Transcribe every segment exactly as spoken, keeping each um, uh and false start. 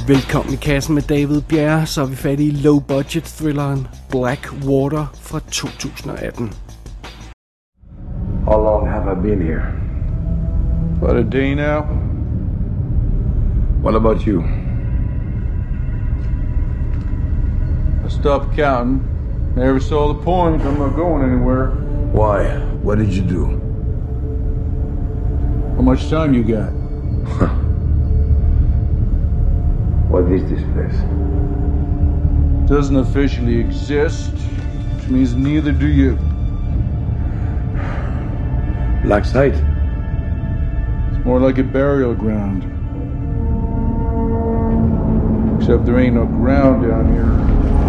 Velkommen i kassen med David Bjerre, så er vi fat i low-budget thrilleren Black Water fra to tusind og atten. How long have I been here? About a day now. What about you? I stopped counting. Never saw the point. I'm not going anywhere. Why? What did you do? How much time you got? What is this place? Doesn't officially exist, which means neither do you. Black site? It's more like a burial ground. Except there ain't no ground down here.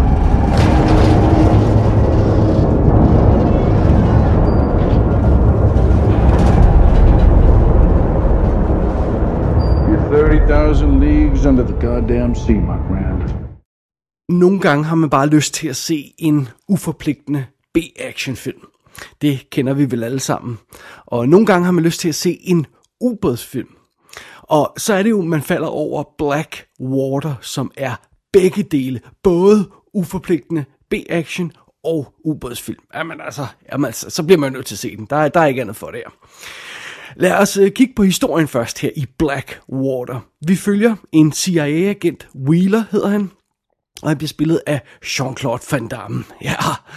thirty thousand leagues under the goddamn sea, my friend. Nogle gange har man bare lyst til at se en uforpligtende B-actionfilm. Det kender vi vel alle sammen. Og nogle gange har man lyst til at se en ubådsfilm. Og så er det jo, man falder over Black Water, som er begge dele. Både uforpligtende B-action og ubådsfilm. Jamen altså, jamen altså, så bliver man nødt til at se den. Der er, der er ikke andet for det her. Lad os uh, kigge på historien først her i Black Water. Vi følger en C I A-agent, Wheeler hedder han, og han bliver spillet af Jean-Claude Van Damme. Ja.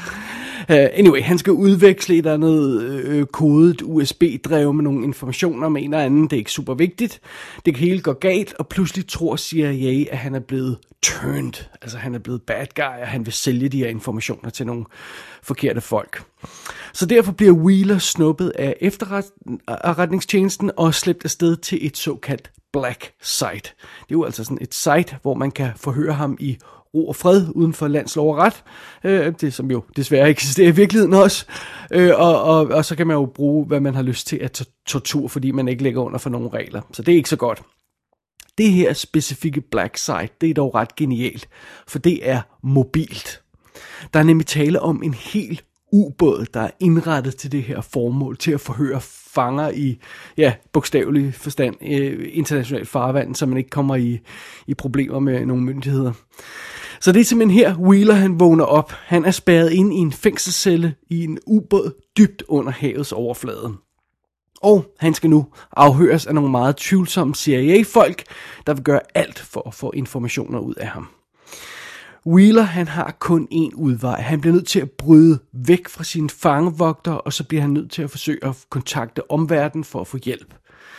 Uh, anyway, han skal udveksle et eller andet uh, kodet U S B-drev med nogle informationer om en eller anden. Det er ikke super vigtigt. Det hele går galt, og pludselig tror C I A, at han er blevet turned. Altså han er blevet bad guy, og han vil sælge de her informationer til nogle forkerte folk. Så derfor bliver Wheeler snuppet af efterretningstjenesten og slæbt afsted til et såkaldt Black Site. Det er jo altså sådan et site, hvor man kan forhøre ham i ro og fred uden for landslov og ret. Øh, det som jo desværre eksisterer i virkeligheden også. Øh, og, og, og så kan man jo bruge, hvad man har lyst til at tortur, fordi man ikke ligger under for nogle regler. Så det er ikke så godt. Det her specifikke Black Site, det er dog ret genialt, for det er mobilt. Der er nemlig tale om en helt ubåd, der er indrettet til det her formål, til at forhøre fanger i, ja, bogstavelig forstand, øh, internationalt farvand, så man ikke kommer i, i problemer med nogle myndigheder. Så det er simpelthen her, Wheeler han vågner op. Han er spærret ind i en fængselscelle i en ubåd dybt under havets overflade. Og han skal nu afhøres af nogle meget tvivlsomme C I A-folk, der vil gøre alt for at få informationer ud af ham. Wheeler, han har kun én udvej. Han bliver nødt til at bryde væk fra sine fangevogtere, og så bliver han nødt til at forsøge at kontakte omverdenen for at få hjælp.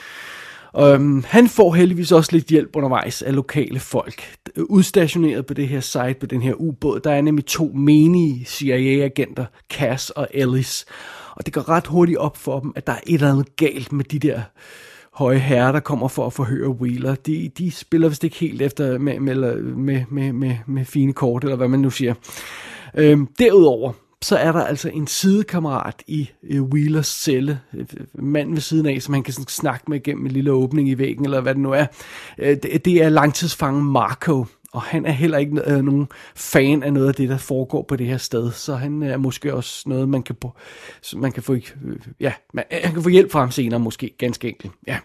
Um, han får heldigvis også lidt hjælp undervejs af lokale folk. Udstationeret på det her site, på den her ubåd, der er nemlig to menige C I A-agenter, Cass og Ellis. Og det går ret hurtigt op for dem, at der er et eller andet galt med de der høje herrer, der kommer for at forhøre Wheeler. De, de spiller vist ikke helt efter med, med, med, med, med, med fine kort, eller hvad man nu siger. Øhm, derudover, så er der altså en sidekammerat i øh, Wheelers celle, øh, manden ved siden af, som han kan sådan snakke med gennem en lille åbning i væggen, eller hvad det nu er. Øh, det, det er langtidsfangen Marco, og han er heller ikke øh, nogen fan af noget af det, der foregår på det her sted, så han er måske også noget, man kan, på, man kan få, øh, ja, man, han kan få hjælp fra ham senere, måske, ganske enkelt, ja.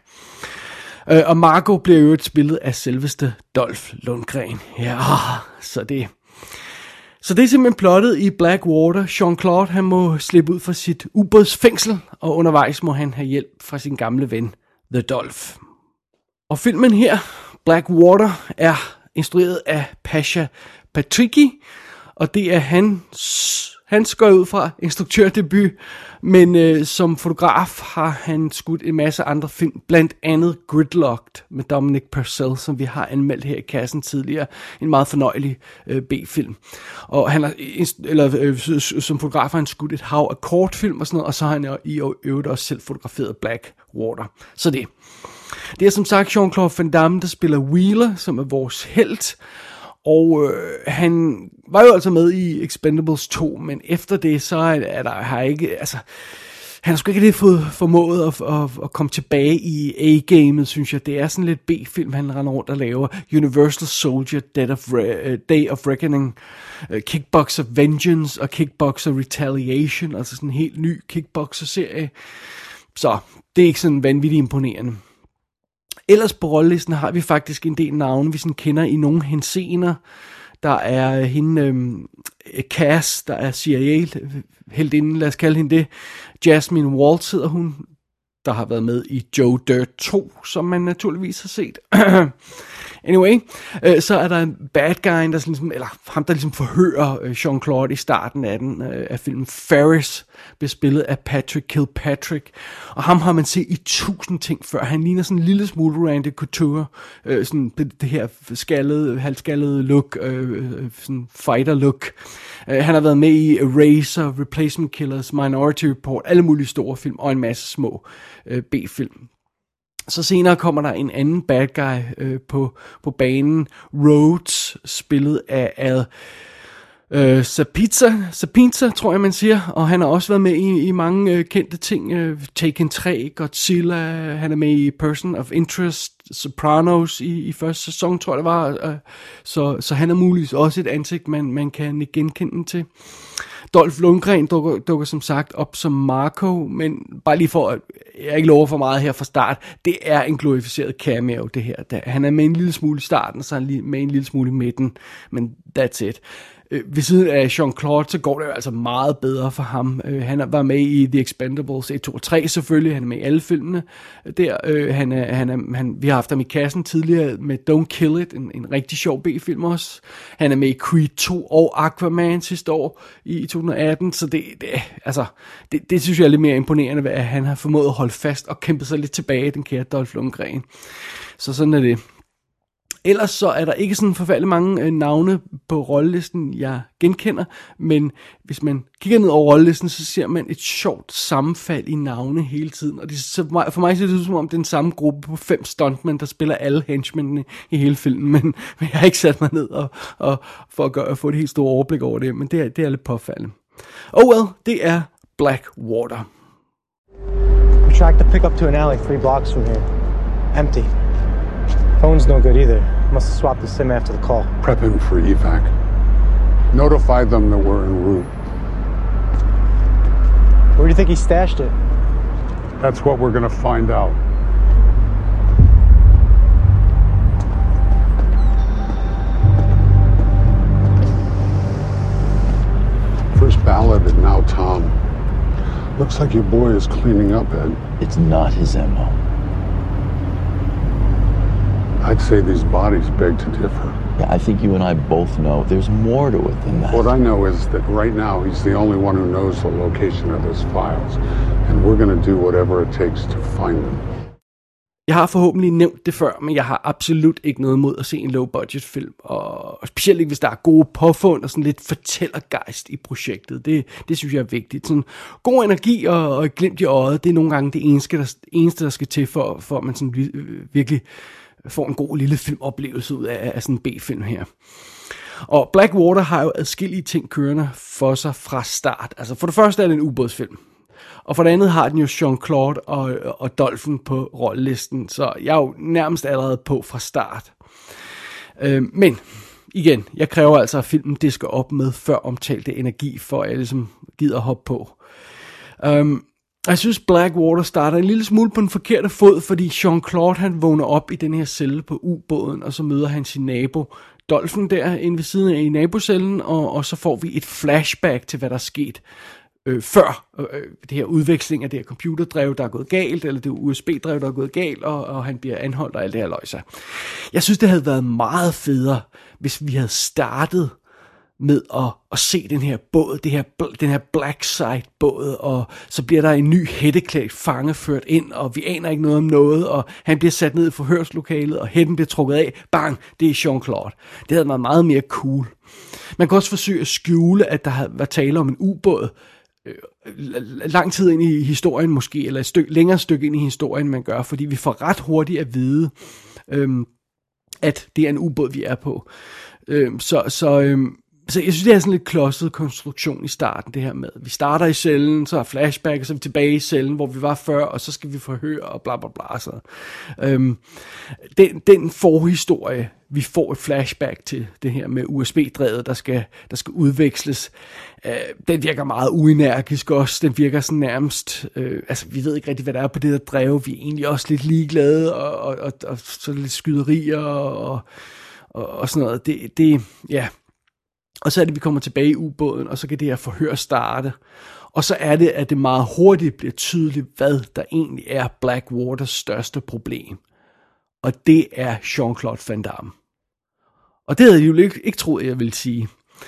Øh, og Marco bliver jo et spillet af selveste Dolph Lundgren, ja, så det... Så det er simpelthen plottet i Black Water. Jean-Claude, han må slippe ud fra sit ubådsfængsel, og undervejs må han have hjælp fra sin gamle ven, The Dolph. Og filmen her, Black Water, er instrueret af Pasha Patricky, og det er hans, hans går ud fra instruktørdebut, men øh, som fotograf har han skudt en masse andre film, blandt andet Gridlocked med Dominic Purcell, som vi har anmeldt her i kassen tidligere, en meget fornøjelig øh, B-film. Og han har, eller øh, som fotograf har han skudt et hav af kortfilm og sådan noget, og så har han i øvrigt også selv fotograferet Black Water. Så det. Det er som sagt Jean-Claude Van Damme, der spiller Wheeler, som er vores helt. Og øh, han var jo altså med i Expendables to, men efter det, så er, er der har ikke, altså, han har sgu ikke det fået formået at, at, at komme tilbage i A-gamet, synes jeg. Det er sådan lidt B-film, han render rundt og laver. Universal Soldier, Dead of Re- uh, Day of Reckoning, uh, Kickboxer Vengeance og Kickboxer Retaliation, altså sådan en helt ny Kickboxer-serie. Så det er ikke sådan vanvittigt imponerende. Ellers på rollelisten har vi faktisk en del navne, vi sådan kender i nogle henseender. Der er hende, øhm, Cass, der er C I A-heldinden, lad os kalde hende det. Jasmine Waltz hedder hun, der har været med i Joe Dirt to, som man naturligvis har set. Anyway, øh, så er der en bad guy, der ligesom, eller ham, der ligesom forhører øh, Jean-Claude i starten af den, øh, af filmen. Ferris bliver spillet af Patrick Kilpatrick, og ham har man set i tusind ting før. Han ligner sådan en lille smule Randy Couture, øh, sådan det, det her skaldede, halvskaldede look, øh, sådan fighter look. Øh, han har været med i Eraser, Replacement Killers, Minority Report, alle mulige store film, og en masse små øh, B-film. Så senere kommer der en anden bad guy øh, på, på banen, Rhodes, spillet af Al øh, Sapinza, Sapinza, tror jeg man siger, og han har også været med i, i mange øh, kendte ting, øh, Taken tre, Godzilla, han er med i Person of Interest, Sopranos i, i første sæson, tror jeg det var, øh, så, så han er muligvis også et ansigt, man, man kan genkende til. Dolph Lundgren dukker, dukker som sagt op som Marco, men bare lige for at jeg ikke lover for meget her fra start, det er en glorificeret cameo det her. Han er med en lille smule i starten, så er han med en lille smule i midten, men that's it. Ved siden af Jean-Claude, så går det jo altså meget bedre for ham. Han var med i The Expendables et, to og tre selvfølgelig, han er med i alle filmene der. Han er, han er, han, vi har haft ham i kassen tidligere med Don't Kill It, en, en rigtig sjov B-film også. Han er med i Creed to og Aquaman sidste år i to tusind og atten, så det, det, altså, det, det synes jeg er lidt mere imponerende, at han har formået at holde fast og kæmpe sig lidt tilbage, den kære Dolph Lundgren. Så sådan er det. Ellers så er der ikke sådan forfærdelig mange øh, navne på rollelisten, jeg genkender, men hvis man kigger ned over rollelisten, så ser man et sjovt sammenfald i navne hele tiden, og det, så for, mig, for mig ser det ud som om, det er den samme gruppe på fem stuntmen, der spiller alle henchmændene i hele filmen, men, men jeg har ikke sat mig ned og, og, for at, gøre, at få det helt store overblik over det, men det er, det er lidt påfaldende. Oh well, det er Blackwater. We tracked the pickup to an alley three blocks from here. Empty. Phone's no good either. Must have swapped the SIM after the call. Prep him for evac. Notify them that we're en route. Where do you think he stashed it? That's what we're gonna find out. First ballot and now Tom. Looks like your boy is cleaning up, Ed. It's not his M O. I'd say these bodies beg to differ. Yeah, I think you and I both know there's more to it than that. What I know is that right now he's the only one who knows the location of his files, and we're going to do whatever it takes to find them. Jeg har forhåbentlig nævnt det før, men jeg har absolut ikke noget imod at se en low-budget film, og specielt ikke hvis der er gode påfund og sådan lidt fortællergejst i projektet. Det, det synes jeg er vigtigt. Sådan god energi og, og et glimt i øjet, det er nogle gange det eneste, der, eneste, der skal til for, for at man sådan virkelig får en god lille filmoplevelse ud af, af sådan en B-film her. Og Blackwater har jo adskillige ting kørende for sig fra start. Altså for det første er det en ubådsfilm. Og for det andet har den jo Jean-Claude og, og Dolphin på rollelisten, så jeg er jo nærmest allerede på fra start. Øh, men igen, jeg kræver altså, at filmen disker op med før omtalte energi, for at jeg ligesom gider hoppe på. Um, jeg synes Blackwater starter en lille smule på den forkerte fod, fordi Jean-Claude han vågner op i den her celle på ubåden, og så møder han sin nabo Dolphin der inde ved siden af i nabocellen, og, og så får vi et flashback til hvad der er sket øh, før øh, det her udveksling af det her computerdrev, der er gået galt, eller det U S B-drev, der er gået galt, og, og han bliver anholdt og alt det her løjser. Jeg synes det havde været meget federe, hvis vi havde startet med at, at se den her båd, det her, den her Black Site båd, og så bliver der en ny hætteklædt fange ført ind, og vi aner ikke noget om noget, og han bliver sat ned i forhørslokalet, og hætten bliver trukket af, bang, det er Jean-Claude. Det havde været meget mere cool. Man kan også forsøge at skjule, at der var tale om en ubåd, øh, lang tid ind i historien måske, eller et stykke, længere stykke ind i historien, man gør, fordi vi får ret hurtigt at vide, øh, at det er en ubåd, vi er på. Øh, så, så øh, Så jeg synes, det er sådan lidt klodset konstruktion i starten, det her med, vi starter i cellen, så er flashback, og så er vi tilbage i cellen, hvor vi var før, og så skal vi forhøre, og bla bla bla. Så. Øhm, den, den forhistorie, vi får et flashback til, det her med U S B-drevet, der skal, der skal udveksles, øh, den virker meget uenergisk også, den virker sådan nærmest, øh, altså vi ved ikke rigtig, hvad der er på det der drev, vi er egentlig også lidt ligeglade, og, og, og, og så lidt skyderier, og, og, og sådan noget, det, det ja... Og så er det, vi kommer tilbage i ubåden, og så kan det her forhør starte. Og så er det, at det meget hurtigt bliver tydeligt, hvad der egentlig er Blackwaters største problem. Og det er Jean-Claude Van Damme. Og det havde jeg jo ikke, ikke troet, jeg ville sige.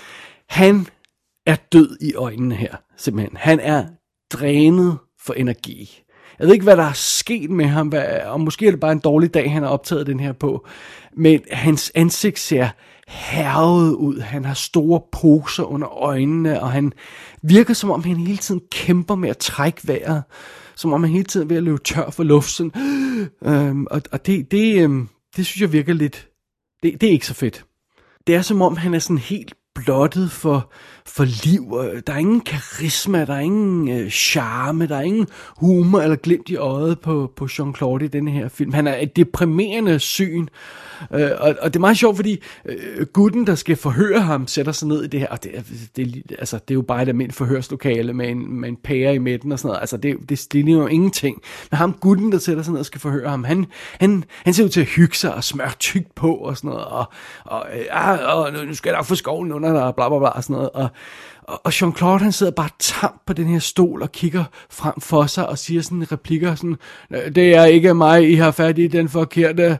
Han er død i øjnene her, simpelthen. Han er drænet for energi. Jeg ved ikke, hvad der er sket med ham, hvad, og måske er det bare en dårlig dag, han har optaget den her på. Men hans ansigt ser hærget ud. Han har store poser under øjnene, og han virker som om han hele tiden kæmper med at trække vejret. Som om han hele tiden er ved at løbe tør for luft. Sådan. Øhm, og og det, det, øhm, det synes jeg virker lidt... Det, det er ikke så fedt. Det er som om han er sådan helt blottet for, for liv. Der er ingen karisma, der er ingen øh, charme, der er ingen humor eller glimt i øjet på, på Jean-Claude i denne her film. Han er et deprimerende syn, øh, og, og det er meget sjovt, fordi øh, gutten, der skal forhøre ham, sætter sig ned i det her, og det, det, altså, det er jo bare et almindeligt forhørslokale med en, med en pære i midten og sådan noget, altså det, det, det ligner jo ingenting. Men ham gutten, der sætter sig ned og skal forhøre ham, han, han, han ser ud til at hygge sig og smøre tykt på og sådan noget, og, og, øh, og nu skal jeg nok få skovlen under der, og bla bla bla og sådan noget, og, og, og Jean-Claude, han sidder bare tam på den her stol og kigger frem for sig og siger sådan replikker sådan, det er ikke mig, I har fat i den forkerte,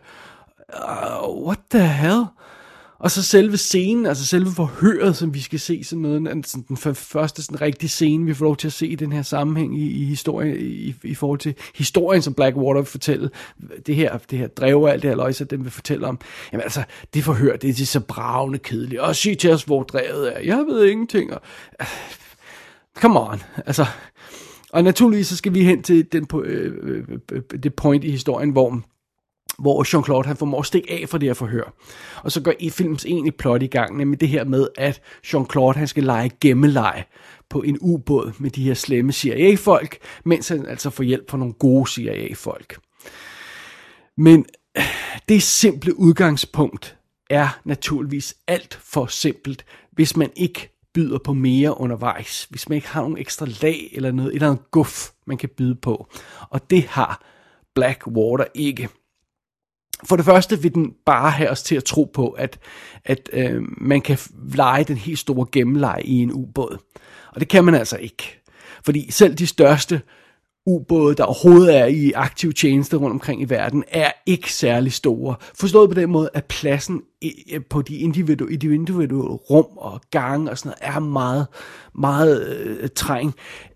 uh, what the hell? Og så selve scenen, altså selve forhøret, som vi skal se, sådan noget, sådan den første sådan rigtige scene, vi får lov til at se i den her sammenhæng i, i historien, i, i forhold til historien, som Blackwater vil fortælle, det her, det her drev og alt det her løjse, den vil fortælle om, jamen altså, det forhør, det er så bravende kedeligt, og sig til os, hvor drevet er, jeg ved ingenting, og, uh, come on, altså, og naturligvis så skal vi hen til den, øh, øh, det point i historien, hvor hvor Jean-Claude han formår at stikke af fra det her forhør. Og så går i filmens egentlige plot i gang, nemlig det her med, at Jean-Claude han skal lege gemmeleg på en ubåd med de her slemme C I A-folk, mens han altså får hjælp fra nogle gode C I A-folk. Men det simple udgangspunkt er naturligvis alt for simpelt, hvis man ikke byder på mere undervejs, hvis man ikke har nogle ekstra lag eller noget, eller noget guf, man kan byde på. Og det har Blackwater ikke. For det første vil den bare have os til at tro på, at, at øh, man kan lege den helt store gemmeleg i en ubåd. Og det kan man altså ikke. Fordi selv de største ubåde, der overhovedet er i aktiv tjeneste rundt omkring i verden, er ikke særlig store. Forstået på den måde, at pladsen på de individuelle, de individuelle rum og gange og sådan noget, er meget, meget øh, træng.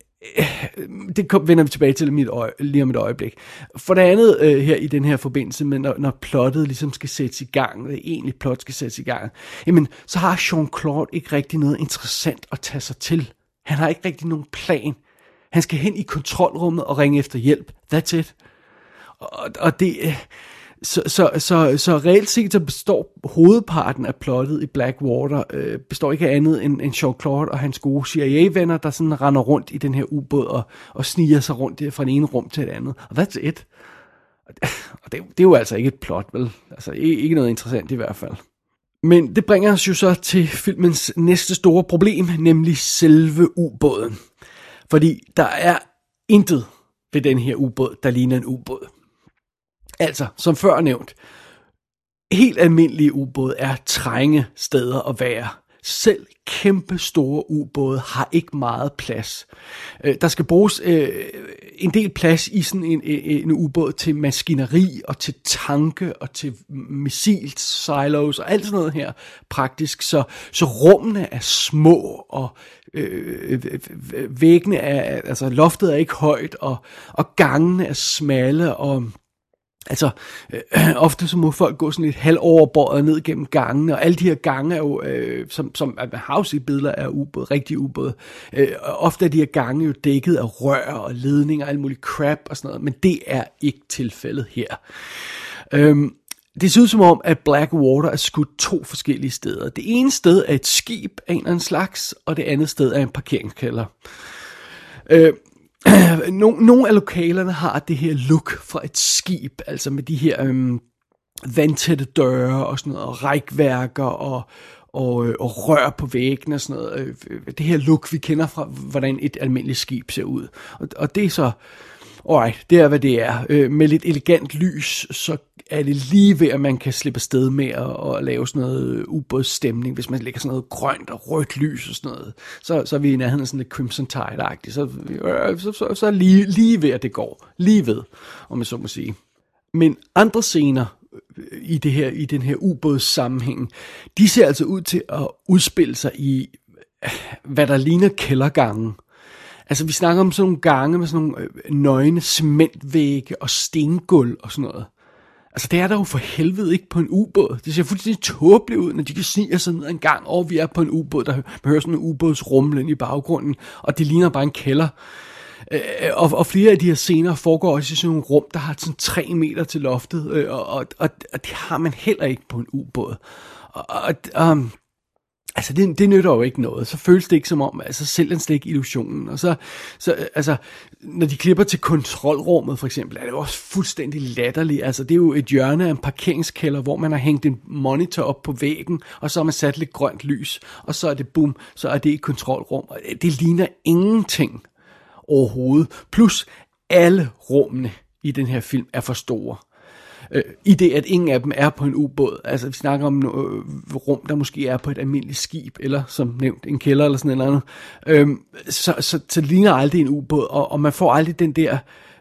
Det vender vi tilbage til lige, øje, lige om et øjeblik. For det andet øh, her i den her forbindelse med, når, når plottet ligesom skal sættes i gang, det egentlig plot skal sættes i gang, jamen, så har Jean-Claude ikke rigtig noget interessant at tage sig til. Han har ikke rigtig nogen plan. Han skal hen i kontrolrummet og ringe efter hjælp. That's it. Og, og det... Øh, Så, så, så, så reelt set så består hovedparten af plottet i Blackwater, øh, består ikke af andet end, end Jean-Claude og hans gode C I A-venner, der sådan render rundt i den her ubåd og, og sniger sig rundt fra den ene rum til det andet. Og that's it. Og det, det er jo altså ikke et plot, vel? Altså ikke noget interessant i hvert fald. Men det bringer os jo så til filmens næste store problem, nemlig selve ubåden. Fordi der er intet ved den her ubåd, der ligner en ubåd. Altså, som før nævnt, helt almindelige ubåde er trænge steder at være. Selv kæmpe store ubåde har ikke meget plads. Øh, der skal bruges øh, en del plads i sådan en, en ubåd til maskineri og til tanke og til missilsilos og alt sådan noget her praktisk. Så, så rummene er små og øh, væggene er, altså loftet er ikke højt og, og gangene er smalle og altså, øh, ofte så må folk gå sådan lidt halvoverbøjet ned gennem gangene, og alle de her gange er jo, øh, som, som house i billeder er ubåd, rigtig ubåd, øh, ofte er de her gange jo dækket af rør og ledninger og alt muligt crap og sådan noget, men det er ikke tilfældet her. Øhm, Det ser ud som om, at Blackwater er skudt to forskellige steder. Det ene sted er et skib af en eller anden slags, og det andet sted er en parkeringskælder. Øh, nogle, nogle af lokalerne har det her look fra et skib, altså med de her øhm, vandtætte døre og sådan noget, og rækværker og, og, og rør på væggene og sådan noget. Det her look, vi kender fra, hvordan et almindeligt skib ser ud. Og, og det er så, alright, det er hvad det er. Øh, med lidt elegant lys, så er det lige ved, at man kan slippe afsted med at, at lave sådan noget ubådsstemning, hvis man lægger sådan noget grønt og rødt lys og sådan noget. Så, så er vi i nærheden af sådan lidt Crimson Tide-agtigt. Så, øh, så, så, så er lige, lige ved, at det går. Lige ved, om jeg så må sige. Men andre scener i, det her, i den her ubådssammenhæng, de ser altså ud til at udspille sig i, hvad der ligner kældergangen. Altså vi snakker om sådan nogle gange med sådan nogle nøgne cementvægge og stengulv og sådan noget. Altså det er der jo for helvede ikke på en ubåd. Det ser fuldstændig tåbeligt ud, når de kan snige sig ned en gang, og vi er på en ubåd, der hører sådan en ubådsrumlen i baggrunden, og det ligner bare en kælder. Øh, og, og flere af de her scener foregår også i sådan nogle rum, der har sådan tre meter til loftet, øh, og, og, og, og det har man heller ikke på en ubåd. Og, og um, altså det, det nytter jo ikke noget. Så føles det ikke som om, altså selv den slet ikke illusionen. Og så, så altså, når de klipper til kontrolrummet for eksempel, er det jo også fuldstændig latterligt. Altså det er jo et hjørne af en parkeringskælder, hvor man har hængt en monitor op på væggen, og så har man sat lidt grønt lys, og så er det boom, så er det et kontrolrum. Og det ligner ingenting overhovedet. Plus alle rummene i den her film er for store. Øh, I det, at ingen af dem er på en ubåd. Altså, vi snakker om øh, rum, der måske er på et almindeligt skib, eller som nævnt, en kælder eller sådan noget. Øh, så, så, så ligner aldrig en ubåd, og, og man får aldrig den der,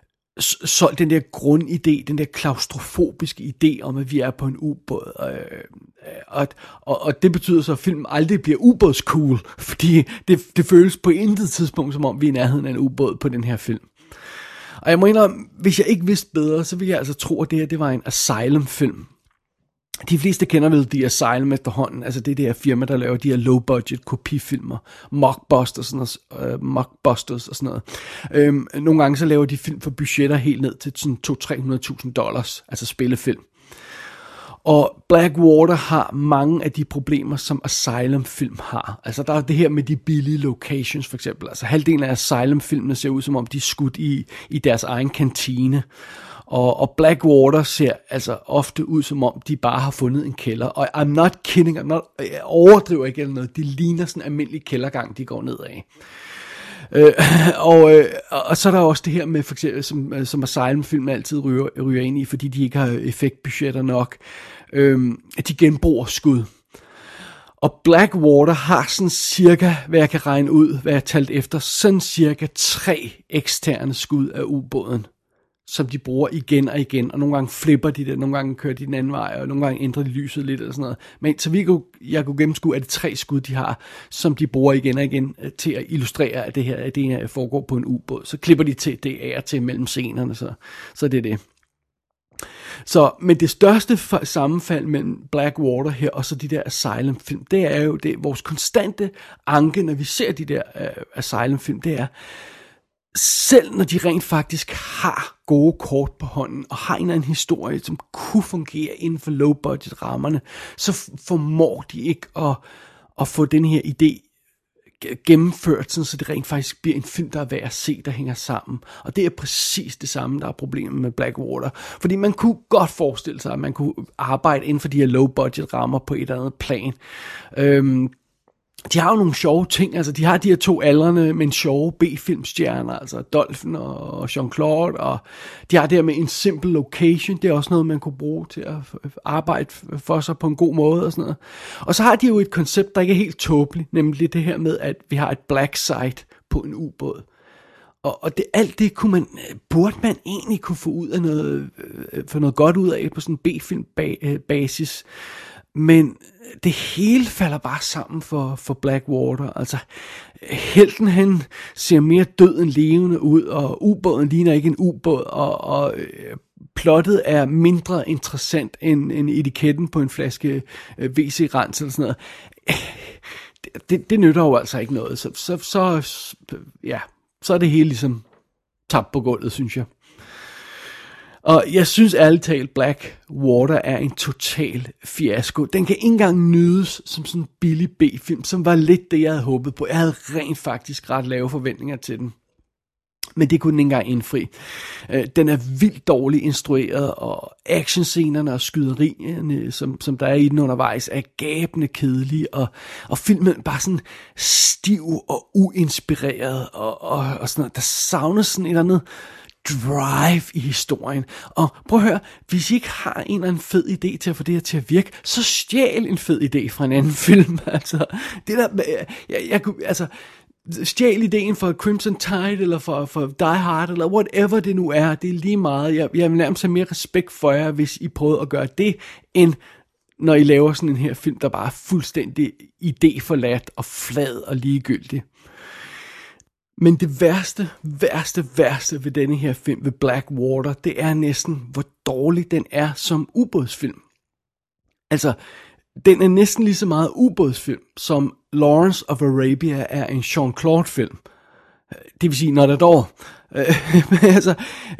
så, den der grundidé, den der klaustrofobiske idé om, at vi er på en ubåd. Øh, og, og, og det betyder så, at filmen aldrig bliver ubådscool, fordi det, det føles på intet tidspunkt, som om vi er i nærheden af en ubåd på den her film. Og jeg må indrømme, hvis jeg ikke vidste bedre, så ville jeg altså tro, at det her det var en Asylum-film. De fleste kender vel The Asylum efterhånden, altså det er det her firma, der laver de her low-budget kopifilmer, mockbusters og sådan noget, uh, mockbusters og sådan noget. Øhm, nogle gange så laver de film for budgetter helt ned til sådan to til tre hundrede tusind dollars, altså spillefilm. Og Blackwater har mange af de problemer, som Asylum-film har. Altså der er det her med de billige locations for eksempel. Altså halvdelen af Asylum-filmene ser ud som om de er skudt i, i deres egen kantine. Og, og Blackwater ser altså ofte ud som om de bare har fundet en kælder. Og I'm not kidding, I'm not, jeg overdriver ikke eller noget. De ligner sådan en almindelig kældergang, de går ned af. Øh, og, øh, og så er der også det her med for eksempel, som, som Asylum-film altid ryger, ryger ind i, fordi de ikke har effektbudgetter nok, øh, at de genbruger skud. Og Blackwater har sådan cirka, hvad jeg kan regne ud, hvad jeg har talt efter, sådan cirka tre eksterne skud af ubåden, som de bruger igen og igen, og nogle gange flipper de det, nogle gange kører de den anden vej, og nogle gange ændrer de lyset lidt, eller sådan noget. Men så vi kunne, jeg kunne gennemskue, at det tre skud, de har, som de bruger igen og igen, til at illustrere, at det her, at det her foregår på en ubåd. Så klipper de til det af til mellem scenerne, så, så det er det. Så, men det største sammenfald mellem Blackwater her, og så de der Asylum-film, det er jo det, vores konstante anke, når vi ser de der uh, Asylum-film, det er, selv når de rent faktisk har gode kort på hånden, og har en eller anden historie, som kunne fungere inden for low-budget rammerne, så formår de ikke at, at få den her idé gennemført, så det rent faktisk bliver en film, der er værd at se, der hænger sammen. Og det er præcis det samme, der er problemet med Blackwater. Fordi man kunne godt forestille sig, at man kunne arbejde inden for de her low-budget rammer på et eller andet plan. Øhm, De har jo nogle sjove ting, altså de har de her to aldrende, men sjove B-filmstjerner, altså Dolphin og Jean-Claude, og de har det her med en simple location, det er også noget, man kunne bruge til at arbejde for sig på en god måde og sådan noget. Og så har de jo et koncept, der ikke er helt tåbeligt, nemlig det her med, at vi har et black site på en ubåd. Og, og det, alt det kunne man, burde man egentlig kunne få ud af noget, få noget godt ud af på sådan en B-film-basis. Men det hele falder bare sammen for, for Blackwater. Altså, helten han ser mere død end levende ud, og ubåden ligner ikke en ubåd, og, og øh, plottet er mindre interessant end, end etiketten på en flaske øh, W C-rens eller sådan noget. Det, det, det nytter jo altså ikke noget. Så, så, så, ja, så er det hele ligesom tabt på gulvet, synes jeg. Og jeg synes ærligt talt, Blackwater er en total fiasko. Den kan ikke engang nydes som sådan en billig B-film, som var lidt det, jeg havde håbet på. Jeg havde rent faktisk ret lave forventninger til den. Men det kunne den ikke engang indfri. Den er vildt dårligt instrueret, og actionscenerne og skyderierne, som, som der er i den undervejs, er gabende kedelige, og, og filmen bare sådan stiv og uinspireret, og, og, og sådan noget. Der savnes sådan et eller andet drive i historien. Og prøv at høre, hvis I ikke har en eller anden fed idé til at få det her til at virke, så stjæl en fed idé fra en anden film. Altså, det der, jeg, jeg kunne, altså, stjæl ideen for Crimson Tide, eller for, for Die Hard, eller whatever det nu er, det er lige meget. Jeg, jeg vil nærmest have mere respekt for jer, hvis I prøvede at gøre det, end når I laver sådan en her film, der bare er fuldstændig idéforladt og flad og ligegyldig. Men det værste, værste, værste ved denne her film, ved Blackwater, det er næsten, hvor dårlig den er som ubådsfilm. Altså, den er næsten lige så meget ubådsfilm, som Lawrence of Arabia er en Jean-Claude film. Det vil sige, not at all. altså,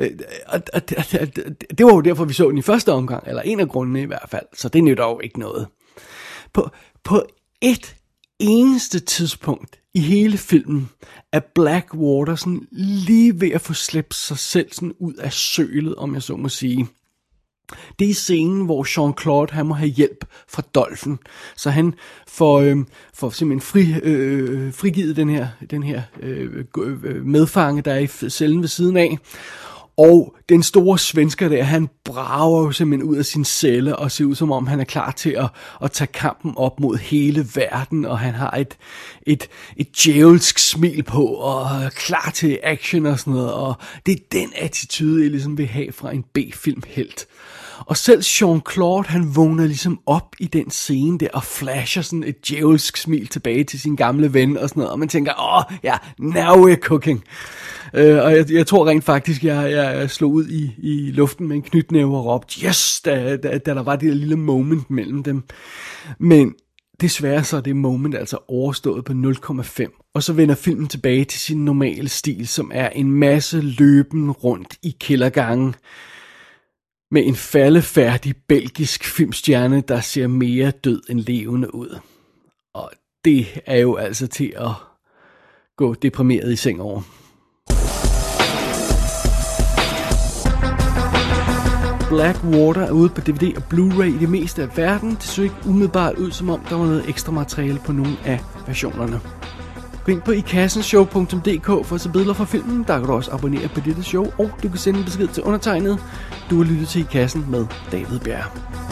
det var jo derfor, vi så den i første omgang, eller en af grundene i hvert fald, så det nytter jo ikke noget. På, på et eneste tidspunkt i hele filmen er Blackwater sådan lige ved at få slæbt sig selv sådan ud af sølet, om jeg så må sige. Det er scenen, hvor Jean-Claude han må have hjælp fra Dolphin, så han får, øh, får simpelthen fri, øh, frigivet den her, den her øh, medfange, der er i cellen ved siden af. Og den store svensker der, han brager jo simpelthen ud af sin celle og ser ud som om han er klar til at, at tage kampen op mod hele verden, og han har et, et, et djævelsk smil på og er klar til action og sådan noget, og det er den attitude, jeg ligesom vil have fra en B-filmhelt. Og selv Jean-Claude, han vågner ligesom op i den scene der og flasher sådan et djævelsk smil tilbage til sin gamle ven og sådan noget, og man tænker, åh, oh, ja, yeah, now we're cooking. Uh, og jeg, jeg tror rent faktisk, jeg, jeg slog ud i, i luften med en knytnæve og råbte, yes, da, da, da der var det der lille moment mellem dem. Men desværre så er det moment altså overstået på nul komma fem, og så vender filmen tilbage til sin normale stil, som er en masse løben rundt i kældergangen, med en faldefærdig belgisk filmstjerne, der ser mere død end levende ud. Og det er jo altså til at gå deprimeret i seng over. Blackwater er ude på D V D og Blu-ray i det meste af verden. Det så ikke umiddelbart ud, som om der var noget ekstra materiale på nogle af versionerne. Gå ind på i kassen show punktum d k for at se billeder fra filmen. Der kan du også abonnere på dette show, og du kan sende en besked til undertegnet. Du har lyttet til I Kassen med David Bjerg.